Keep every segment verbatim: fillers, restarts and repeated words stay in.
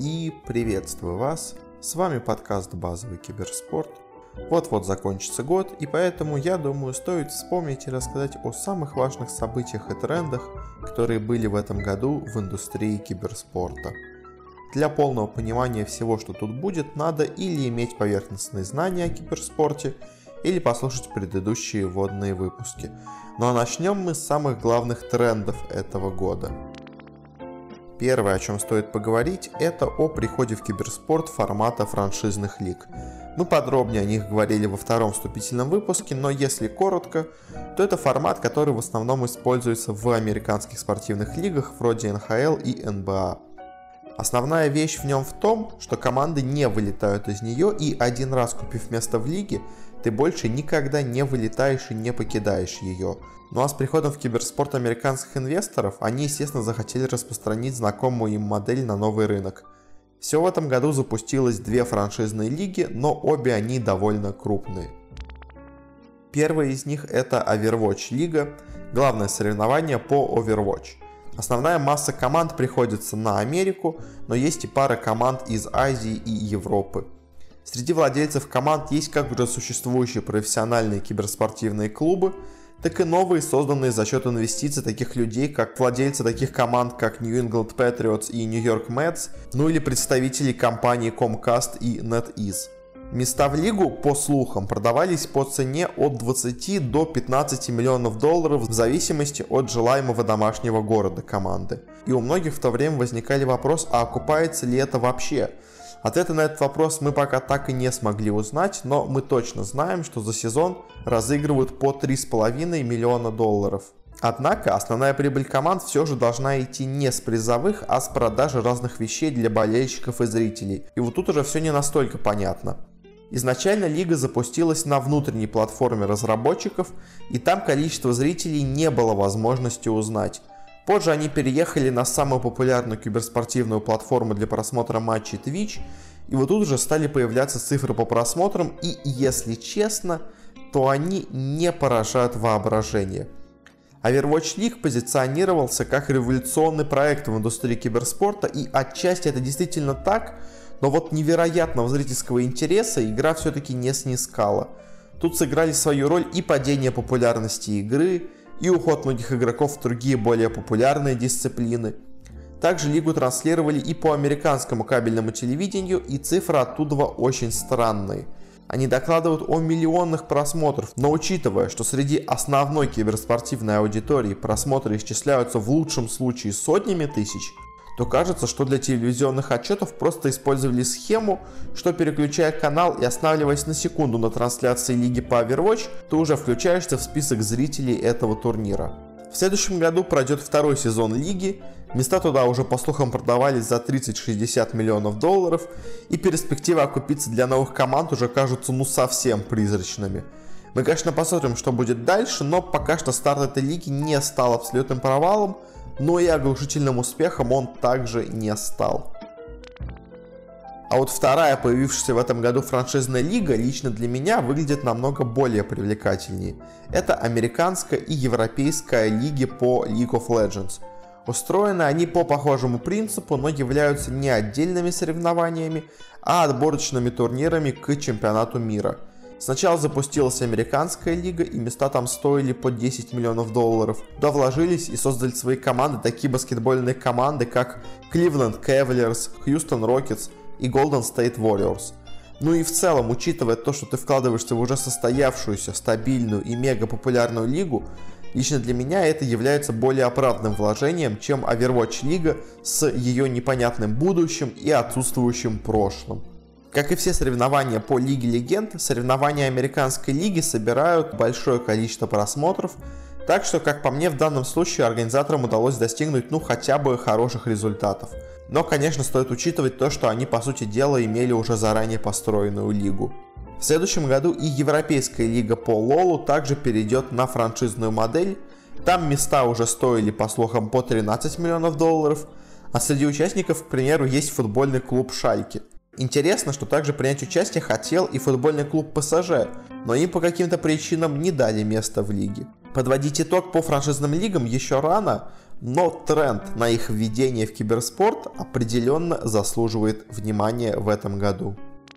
И приветствую вас, с вами подкаст «Базовый киберспорт». Вот-вот закончится год, и поэтому, я думаю, стоит вспомнить и рассказать о самых важных событиях и трендах, которые были в этом году в индустрии киберспорта. Для полного понимания всего, что тут будет, надо или иметь поверхностные знания о киберспорте, или послушать предыдущие вводные выпуски. Ну а начнем мы с самых главных трендов этого года. Первое, о чем стоит поговорить, это о приходе в киберспорт формата франшизных лиг. Мы подробнее о них говорили во втором вступительном выпуске, но если коротко, то это формат, который в основном используется в американских спортивных лигах вроде эн ха эл и эн бэ а. Основная вещь в нем в том, что команды не вылетают из нее, и один раз купив место в лиге, ты больше никогда не вылетаешь и не покидаешь ее. Ну а с приходом в киберспорт американских инвесторов, они, естественно, захотели распространить знакомую им модель на новый рынок. Всего в этом году запустилось две франшизные лиги, но обе они довольно крупные. Первая из них это Overwatch лига, главное соревнование по Overwatch. Основная масса команд приходится на Америку, но есть и пара команд из Азии и Европы. Среди владельцев команд есть как уже существующие профессиональные киберспортивные клубы, так и новые, созданные за счет инвестиций таких людей, как владельцы таких команд, как New England Patriots и New York Mets, ну или представители компаний Comcast и NetEase. Места в лигу, по слухам, продавались по цене от двадцати до пятнадцати миллионов долларов в зависимости от желаемого домашнего города команды. И у многих в то время возникали вопросы, а окупается ли это вообще? Ответа на этот вопрос мы пока так и не смогли узнать, но мы точно знаем, что за сезон разыгрывают по три с половиной миллиона долларов. Однако основная прибыль команд все же должна идти не с призовых, а с продажи разных вещей для болельщиков и зрителей. И вот тут уже все не настолько понятно. Изначально лига запустилась на внутренней платформе разработчиков, и там количество зрителей не было возможности узнать. Позже они переехали на самую популярную киберспортивную платформу для просмотра матчей Twitch, и вот тут уже стали появляться цифры по просмотрам, и, если честно, то они не поражают воображение. Overwatch League позиционировался как революционный проект в индустрии киберспорта, и отчасти это действительно так, но вот невероятного зрительского интереса игра все-таки не снискала. Тут сыграли свою роль и падение популярности игры, и уход многих игроков в другие более популярные дисциплины. Также лигу транслировали и по американскому кабельному телевидению, и цифры оттуда очень странные. Они докладывают о миллионных просмотров, но учитывая, что среди основной киберспортивной аудитории просмотры исчисляются в лучшем случае сотнями тысяч, то кажется, что для телевизионных отчетов просто использовали схему, что переключая канал и останавливаясь на секунду на трансляции лиги по Overwatch, ты уже включаешься в список зрителей этого турнира. В следующем году пройдет второй сезон лиги, места туда уже по слухам продавались за тридцать-шестьдесят миллионов долларов, и перспективы окупиться для новых команд уже кажутся ну совсем призрачными. Мы, конечно, посмотрим, что будет дальше, но пока что старт этой лиги не стал абсолютным провалом, но и оглушительным успехом он также не стал. А вот вторая появившаяся в этом году франшизная лига лично для меня выглядит намного более привлекательнее. Это американская и европейская лиги по League of Legends. Устроены они по похожему принципу, но являются не отдельными соревнованиями, а отборочными турнирами к чемпионату мира. Сначала запустилась американская лига, и места там стоили по десять миллионов долларов. Туда вложились и создали свои команды, такие баскетбольные команды, как Cleveland Cavaliers, Houston Rockets и Golden State Warriors. Ну и в целом, учитывая то, что ты вкладываешься в уже состоявшуюся, стабильную и мега популярную лигу, лично для меня это является более оправданным вложением, чем Overwatch лига с ее непонятным будущим и отсутствующим прошлым. Как и все соревнования по Лиге Легенд, соревнования американской лиги собирают большое количество просмотров, так что, как по мне, в данном случае организаторам удалось достигнуть ну хотя бы хороших результатов. Но, конечно, стоит учитывать то, что они, по сути дела, имели уже заранее построенную лигу. В следующем году и Европейская лига по лолу также перейдет на франшизную модель. Там места уже стоили, по слухам, по тринадцать миллионов долларов, а среди участников, к примеру, есть футбольный клуб Шальке. Интересно, что также принять участие хотел и футбольный клуб пэ эс жэ, но им по каким-то причинам не дали место в лиге. Подводить итог по франшизным лигам еще рано, но тренд на их введение в киберспорт определенно заслуживает внимания в этом году.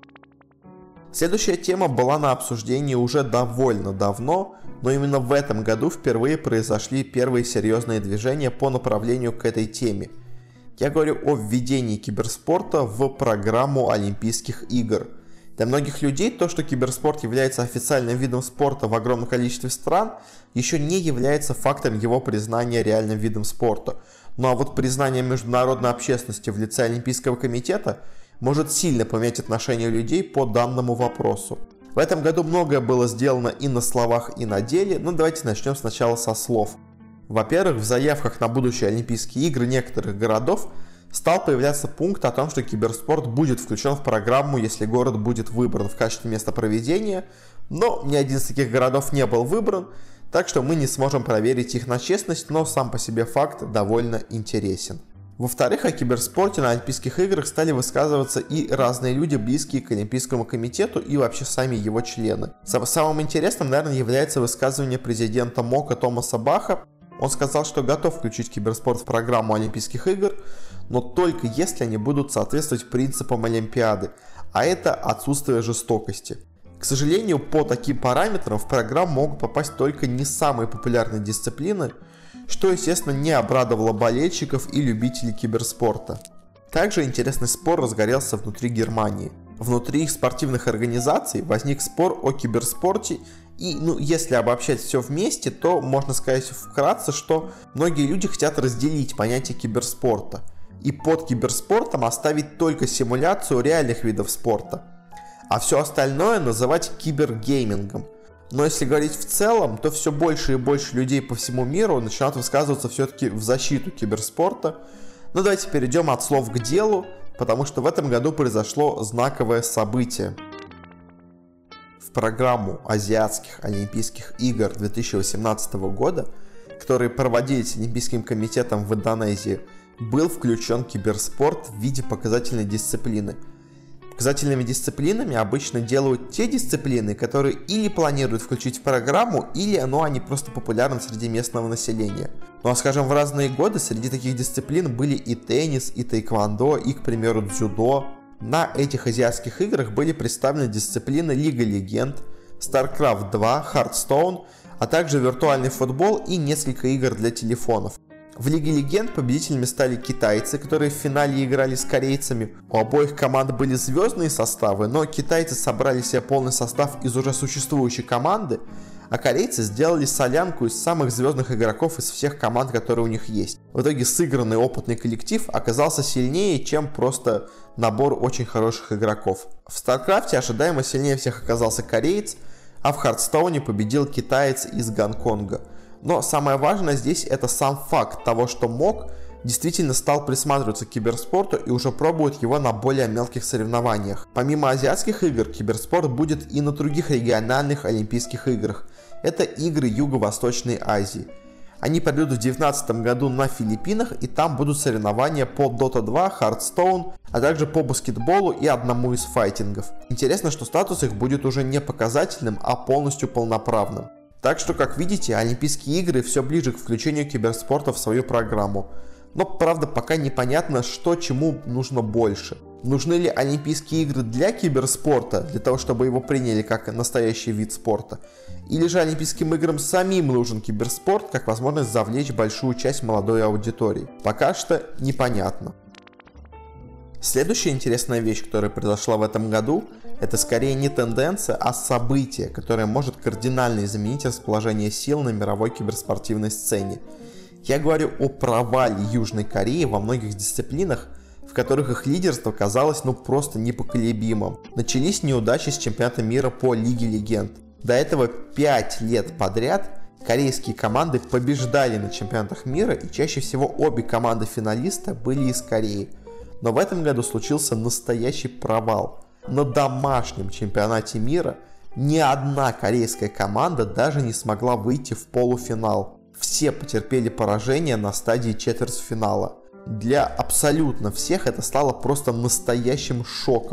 Следующая тема была на обсуждении уже довольно давно, но именно в этом году впервые произошли первые серьезные движения по направлению к этой теме. Я говорю о введении киберспорта в программу Олимпийских игр. Для многих людей то, что киберспорт является официальным видом спорта в огромном количестве стран, еще не является фактом его признания реальным видом спорта. Ну а вот признание международной общественности в лице Олимпийского комитета может сильно поменять отношение людей по данному вопросу. В этом году многое было сделано и на словах, и на деле, но давайте начнем сначала со слов. Во-первых, в заявках на будущие Олимпийские игры некоторых городов стал появляться пункт о том, что киберспорт будет включен в программу, если город будет выбран в качестве места проведения, но ни один из таких городов не был выбран, так что мы не сможем проверить их на честность, но сам по себе факт довольно интересен. Во-вторых, о киберспорте на Олимпийских играх стали высказываться и разные люди, близкие к Олимпийскому комитету и вообще сами его члены. Самым интересным, наверное, является высказывание президента МОКа Томаса Баха. Он сказал, что готов включить киберспорт в программу Олимпийских игр, но только если они будут соответствовать принципам Олимпиады, а это отсутствие жестокости. К сожалению, по таким параметрам в программу могут попасть только не самые популярные дисциплины, что, естественно, не обрадовало болельщиков и любителей киберспорта. Также интересный спор разгорелся внутри Германии. Внутри их спортивных организаций возник спор о киберспорте, и, ну, если обобщать все вместе, то можно сказать вкратце, что многие люди хотят разделить понятие киберспорта и под киберспортом оставить только симуляцию реальных видов спорта, а все остальное называть кибергеймингом. Но если говорить в целом, то все больше и больше людей по всему миру начинают высказываться все-таки в защиту киберспорта. Но давайте перейдем от слов к делу, потому что в этом году произошло знаковое событие. В программу Азиатских Олимпийских игр две тысячи восемнадцатого года, которые проводились Олимпийским комитетом в Индонезии, был включен киберспорт в виде показательной дисциплины. Показательными дисциплинами обычно делают те дисциплины, которые или планируют включить в программу, или ну, они просто популярны среди местного населения. Ну а скажем, в разные годы среди таких дисциплин были и теннис, и тайквондо, и, к примеру, дзюдо. На этих азиатских играх были представлены дисциплины Лига Легенд, старкрафт два, Hearthstone, а также виртуальный футбол и несколько игр для телефонов. В Лиге Легенд победителями стали китайцы, которые в финале играли с корейцами. У обоих команд были звездные составы, но китайцы собрали себе полный состав из уже существующей команды, а корейцы сделали солянку из самых звездных игроков из всех команд, которые у них есть. В итоге сыгранный опытный коллектив оказался сильнее, чем просто набор очень хороших игроков. В Старкрафте ожидаемо сильнее всех оказался кореец, а в Hearthstone победил китаец из Гонконга. Но самое важное здесь это сам факт того, что МОК действительно стал присматриваться к киберспорту и уже пробует его на более мелких соревнованиях. Помимо азиатских игр, киберспорт будет и на других региональных Олимпийских играх. Это игры Юго-Восточной Азии. Они пройдут в две тысячи девятнадцатом году на Филиппинах, и там будут соревнования по дота два, Hearthstone, а также по баскетболу и одному из файтингов. Интересно, что статус их будет уже не показательным, а полностью полноправным. Так что, как видите, Олимпийские игры все ближе к включению киберспорта в свою программу. Но, правда, пока непонятно, что чему нужно больше. Нужны ли Олимпийские игры для киберспорта, для того, чтобы его приняли как настоящий вид спорта? Или же Олимпийским играм самим нужен киберспорт, как возможность завлечь большую часть молодой аудитории? Пока что непонятно. Следующая интересная вещь, которая произошла в этом году, это скорее не тенденция, а событие, которое может кардинально изменить расположение сил на мировой киберспортивной сцене. Я говорю о провале Южной Кореи во многих дисциплинах, в которых их лидерство казалось ну просто непоколебимым. Начались неудачи с чемпионата мира по Лиге Легенд. До этого пять лет подряд корейские команды побеждали на чемпионатах мира, и чаще всего обе команды-финалиста были из Кореи. Но в этом году случился настоящий провал. На домашнем чемпионате мира ни одна корейская команда даже не смогла выйти в полуфинал. Все потерпели поражение на стадии четвертьфинала. Для абсолютно всех это стало просто настоящим шоком.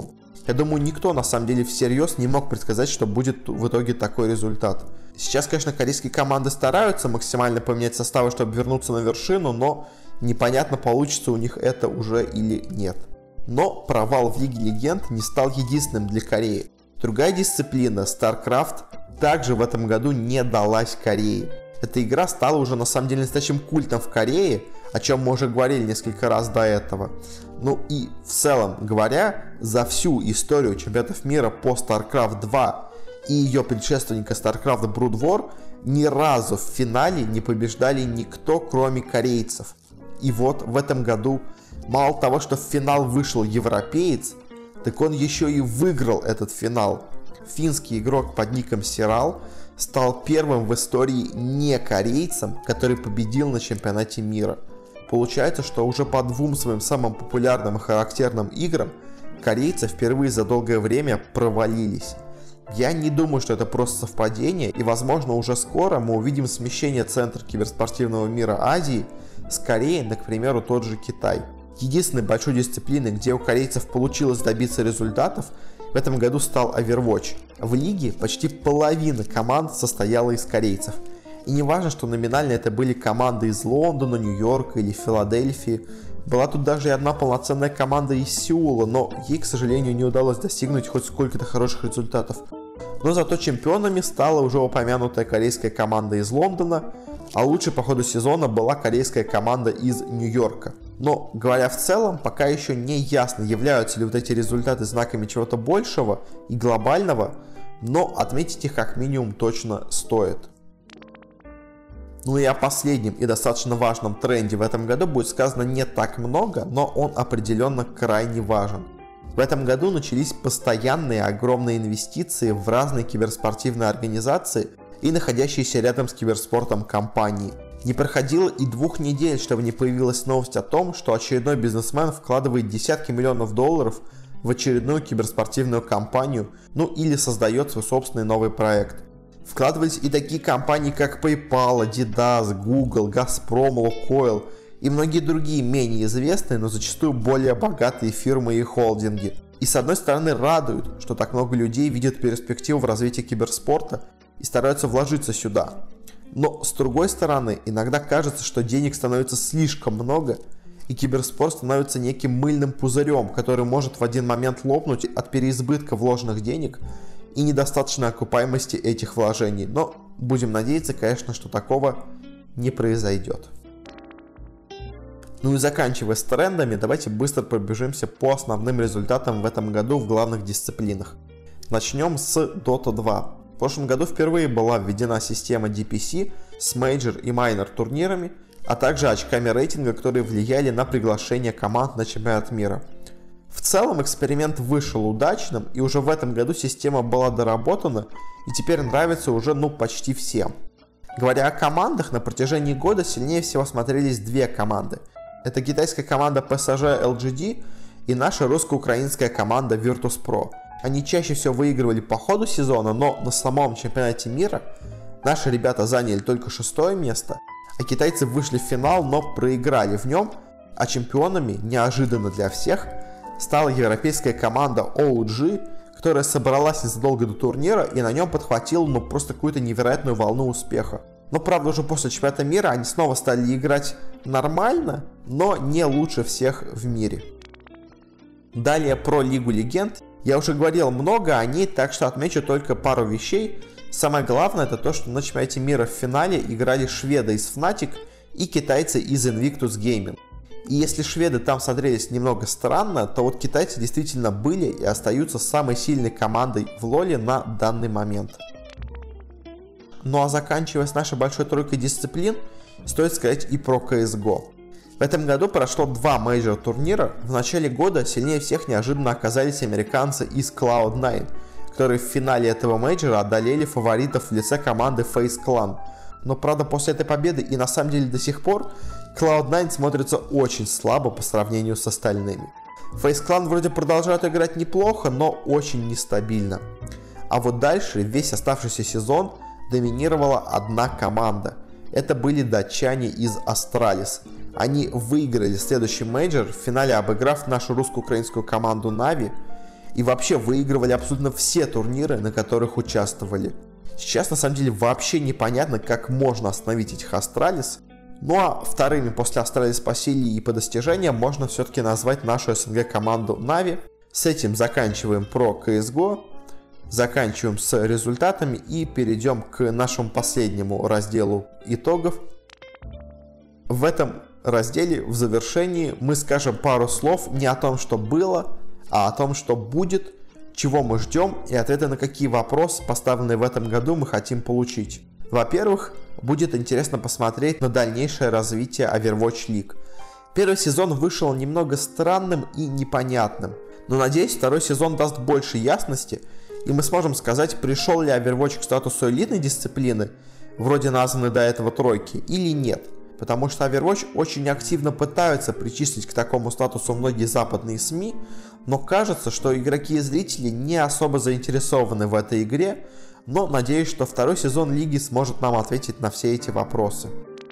Я думаю, никто на самом деле всерьез не мог предсказать, что будет в итоге такой результат. Сейчас, конечно, корейские команды стараются максимально поменять составы, чтобы вернуться на вершину, но непонятно, получится у них это уже или нет. Но провал в Лиге Легенд не стал единственным для Кореи. Другая дисциплина, StarCraft, также в этом году не далась Корее. Эта игра стала уже на самом деле настоящим культом в Корее, о чем мы уже говорили несколько раз до этого. Ну и в целом говоря, за всю историю чемпионатов мира по StarCraft два и ее предшественника StarCraft Brood War ни разу в финале не побеждали никто, кроме корейцев. И вот в этом году мало того, что в финал вышел европеец, так он еще и выиграл этот финал. Финский игрок под ником Сирал стал первым в истории не корейцем, который победил на чемпионате мира. Получается, что уже по двум своим самым популярным и характерным играм корейцы впервые за долгое время провалились. Я не думаю, что это просто совпадение, и возможно уже скоро мы увидим смещение центра киберспортивного мира Азии с Кореи на, к примеру, тот же Китай. Единственной большой дисциплиной, где у корейцев получилось добиться результатов, в этом году стал Overwatch. В лиге почти половина команд состояла из корейцев. И не важно, что номинально это были команды из Лондона, Нью-Йорка или Филадельфии. Была тут даже и одна полноценная команда из Сеула, но ей, к сожалению, не удалось достигнуть хоть сколько-то хороших результатов. Но зато чемпионами стала уже упомянутая корейская команда из Лондона, а лучшей по ходу сезона была корейская команда из Нью-Йорка. Но, говоря в целом, пока еще не ясно, являются ли вот эти результаты знаками чего-то большего и глобального, но отметить их как минимум точно стоит. Ну и о последнем и достаточно важном тренде в этом году будет сказано не так много, но он определенно крайне важен. В этом году начались постоянные огромные инвестиции в разные киберспортивные организации и находящиеся рядом с киберспортом компании. Не проходило и двух недель, чтобы не появилась новость о том, что очередной бизнесмен вкладывает десятки миллионов долларов в очередную киберспортивную компанию, ну или создает свой собственный новый проект. Вкладывались и такие компании, как PayPal, Adidas, Google, Gazprom, Lukoil и многие другие менее известные, но зачастую более богатые фирмы и холдинги. И с одной стороны радует, что так много людей видят перспективу в развитии киберспорта и стараются вложиться сюда. Но с другой стороны, иногда кажется, что денег становится слишком много, и киберспорт становится неким мыльным пузырем, который может в один момент лопнуть от переизбытка вложенных денег и недостаточной окупаемости этих вложений. Но будем надеяться, конечно, что такого не произойдет. Ну и заканчивая с трендами, давайте быстро пробежимся по основным результатам в этом году в главных дисциплинах. Начнем с дота два. В прошлом году впервые была введена система ди пи си с мейджор и майнор турнирами, а также очками рейтинга, которые влияли на приглашение команд на чемпионат мира. В целом эксперимент вышел удачным, и уже в этом году система была доработана и теперь нравится уже ну почти всем. Говоря о командах, на протяжении года сильнее всего смотрелись две команды. Это китайская команда пи эс джи эл джи ди и наша русско-украинская команда Virtus.pro. Они чаще всего выигрывали по ходу сезона, но на самом чемпионате мира наши ребята заняли только шестое место, а китайцы вышли в финал, но проиграли в нем, а чемпионами, неожиданно для всех, стала европейская команда о джи, которая собралась незадолго до турнира и на нем подхватила ну просто какую-то невероятную волну успеха. Но правда уже после чемпионата мира они снова стали играть нормально, но не лучше всех в мире. Далее про Лигу Легенд. Я уже говорил много о ней, так что отмечу только пару вещей. Самое главное это то, что на чемпионате мира в финале играли шведы из Fnatic и китайцы из Invictus Gaming. И если шведы там смотрелись немного странно, то вот китайцы действительно были и остаются самой сильной командой в лоле на данный момент. Ну а заканчивая с нашей большой тройкой дисциплин, стоит сказать и про си эс го. В этом году прошло два мейджор турнира. В начале года сильнее всех неожиданно оказались американцы из клауд найн, которые в финале этого мейджора одолели фаворитов в лице команды Face Clan. Но правда после этой победы и на самом деле до сих пор клауд найн смотрится очень слабо по сравнению с остальными. Face Clan вроде продолжают играть неплохо, но очень нестабильно. А вот дальше весь оставшийся сезон доминировала одна команда. Это были датчане из Astralis. Они выиграли следующий мейджор, в финале обыграв нашу русско-украинскую команду Na'Vi. и вообще выигрывали абсолютно все турниры, на которых участвовали. Сейчас на самом деле вообще непонятно, как можно остановить этих Астралис. Ну а вторыми после Астралис по силе и по достижениям можно все-таки назвать нашу СНГ команду Нави. С этим заканчиваем про си эс го, заканчиваем с результатами и перейдем к нашему последнему разделу итогов. В этом разделе в завершении мы скажем пару слов не о том, что было, а о том, что будет, чего мы ждем и ответы на какие вопросы, поставленные в этом году, мы хотим получить. Во-первых, будет интересно посмотреть на дальнейшее развитие Overwatch League. Первый сезон вышел немного странным и непонятным, но надеюсь, второй сезон даст больше ясности, и мы сможем сказать, пришел ли Overwatch к статусу элитной дисциплины, вроде названной до этого тройки, или нет. Потому что Overwatch очень активно пытаются причислить к такому статусу многие западные СМИ, но кажется, что игроки и зрители не особо заинтересованы в этой игре, но надеюсь, что второй сезон лиги сможет нам ответить на все эти вопросы.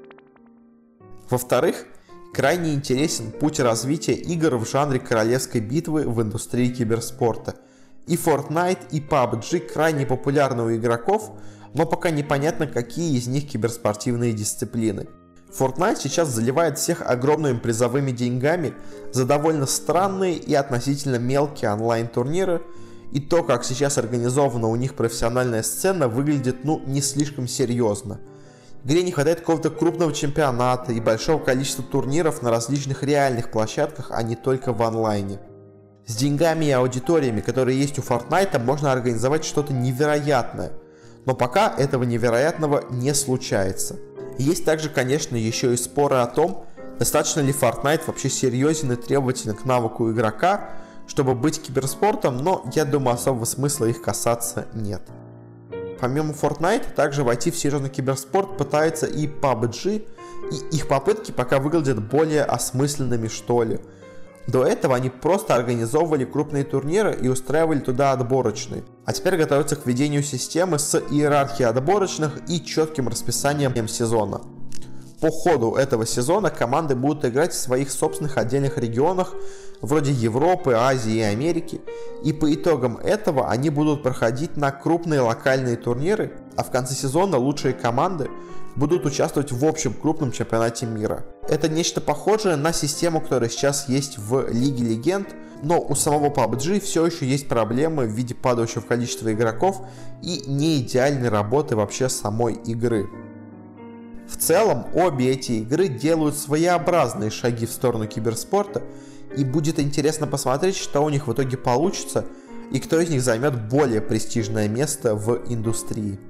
Во-вторых, крайне интересен путь развития игр в жанре королевской битвы в индустрии киберспорта. И Fortnite, и пабг крайне популярны у игроков, но пока непонятно, какие из них киберспортивные дисциплины. Fortnite сейчас заливает всех огромными призовыми деньгами за довольно странные и относительно мелкие онлайн-турниры, и то, как сейчас организована у них профессиональная сцена, выглядит ну не слишком серьезно. Игре не хватает какого-то крупного чемпионата и большого количества турниров на различных реальных площадках, а не только в онлайне. С деньгами и аудиториями, которые есть у Fortnite, можно организовать что-то невероятное, но пока этого невероятного не случается. Есть также, конечно, еще и споры о том, достаточно ли Fortnite вообще серьезен и требователен к навыку игрока, чтобы быть киберспортом, но я думаю, особого смысла их касаться нет. Помимо Fortnite, также войти в серьезный киберспорт пытается и пабг, и их попытки пока выглядят более осмысленными, что ли. До этого они просто организовывали крупные турниры и устраивали туда отборочные, а теперь готовятся к введению системы с иерархией отборочных и четким расписанием сезона. По ходу этого сезона команды будут играть в своих собственных отдельных регионах, вроде Европы, Азии и Америки, и по итогам этого они будут проходить на крупные локальные турниры, а в конце сезона лучшие команды будут участвовать в общем крупном чемпионате мира. Это нечто похожее на систему, которая сейчас есть в Лиге Легенд, но у самого пабг все еще есть проблемы в виде падающего количества игроков и неидеальной работы вообще самой игры. В целом, обе эти игры делают своеобразные шаги в сторону киберспорта, и будет интересно посмотреть, что у них в итоге получится, и кто из них займет более престижное место в индустрии.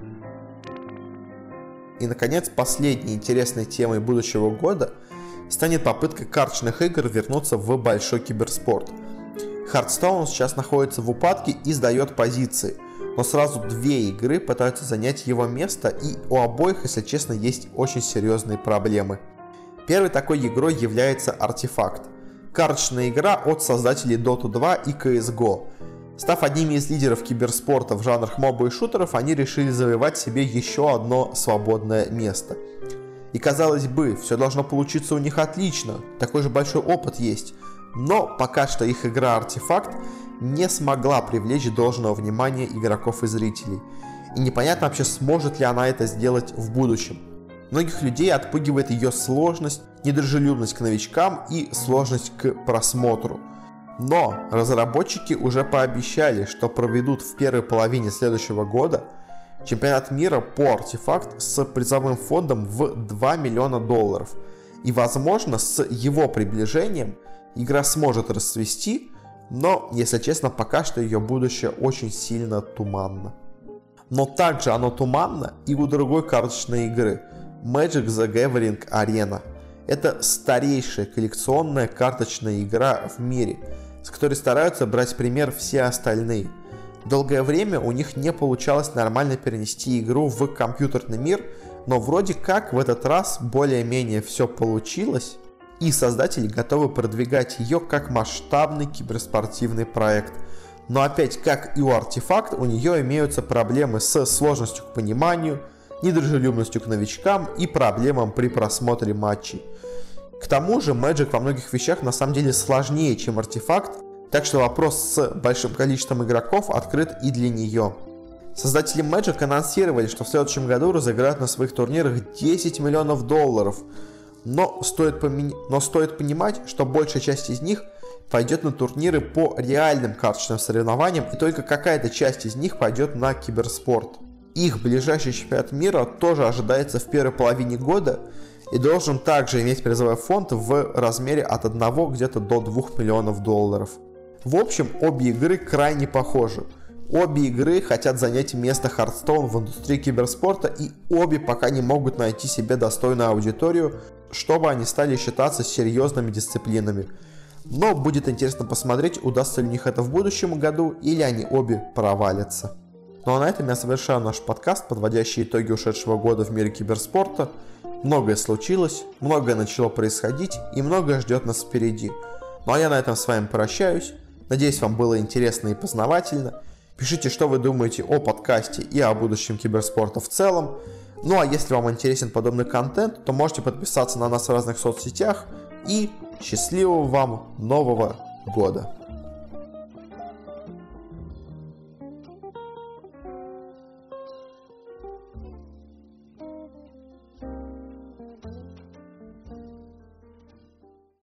И, наконец, последней интересной темой будущего года станет попытка карточных игр вернуться в большой киберспорт. Hearthstone сейчас находится в упадке и сдает позиции, но сразу две игры пытаются занять его место, и у обоих, если честно, есть очень серьезные проблемы. Первой такой игрой является Артефакт, карточная игра от создателей дота два и си эс го. Став одними из лидеров киберспорта в жанрах моба и шутеров, они решили завоевать себе еще одно свободное место. И казалось бы, все должно получиться у них отлично, такой же большой опыт есть, но пока что их игра Артефакт не смогла привлечь должного внимания игроков и зрителей. И непонятно вообще, сможет ли она это сделать в будущем. Многих людей отпугивает ее сложность, недружелюбность к новичкам и сложность к просмотру. Но разработчики уже пообещали, что проведут в первой половине следующего года чемпионат мира по Артефакт с призовым фондом в два миллиона долларов. И возможно, с его приближением игра сможет расцвести, но, если честно, пока что ее будущее очень сильно туманно. Но также оно туманно и у другой карточной игры Magic the Gathering Arena. Это старейшая коллекционная карточная игра в мире, с которой стараются брать пример все остальные. Долгое время у них не получалось нормально перенести игру в компьютерный мир, но вроде как в этот раз более-менее все получилось, и создатели готовы продвигать ее как масштабный киберспортивный проект. Но опять, как и у Артефакт, у нее имеются проблемы с сложностью к пониманию, недружелюбностью к новичкам и проблемам при просмотре матчей. К тому же Magic во многих вещах на самом деле сложнее, чем Артефакт, Так что вопрос с большим количеством игроков открыт и для нее. Создатели Magic анонсировали, что в следующем году разыграют на своих турнирах десять миллионов долларов. Но стоит, поми... Но стоит понимать, что большая часть из них пойдет на турниры по реальным карточным соревнованиям, и только какая-то часть из них пойдет на киберспорт. Их ближайший чемпионат мира тоже ожидается в первой половине года и должен также иметь призовой фонд в размере от одного где-то до двух миллионов долларов. В общем, обе игры крайне похожи. Обе игры хотят занять место Hearthstone в индустрии киберспорта, и обе пока не могут найти себе достойную аудиторию, чтобы они стали считаться серьезными дисциплинами. Но будет интересно посмотреть, удастся ли у них это в будущем году, или они обе провалятся. Ну а на этом я завершаю наш подкаст, подводящий итоги ушедшего года в мире киберспорта. Многое случилось, многое начало происходить, и многое ждет нас впереди. Ну а я на этом с вами прощаюсь. Надеюсь, вам было интересно и познавательно. Пишите, что вы думаете о подкасте и о будущем киберспорта в целом. Ну а если вам интересен подобный контент, то можете подписаться на нас в разных соцсетях. И счастливого вам Нового года!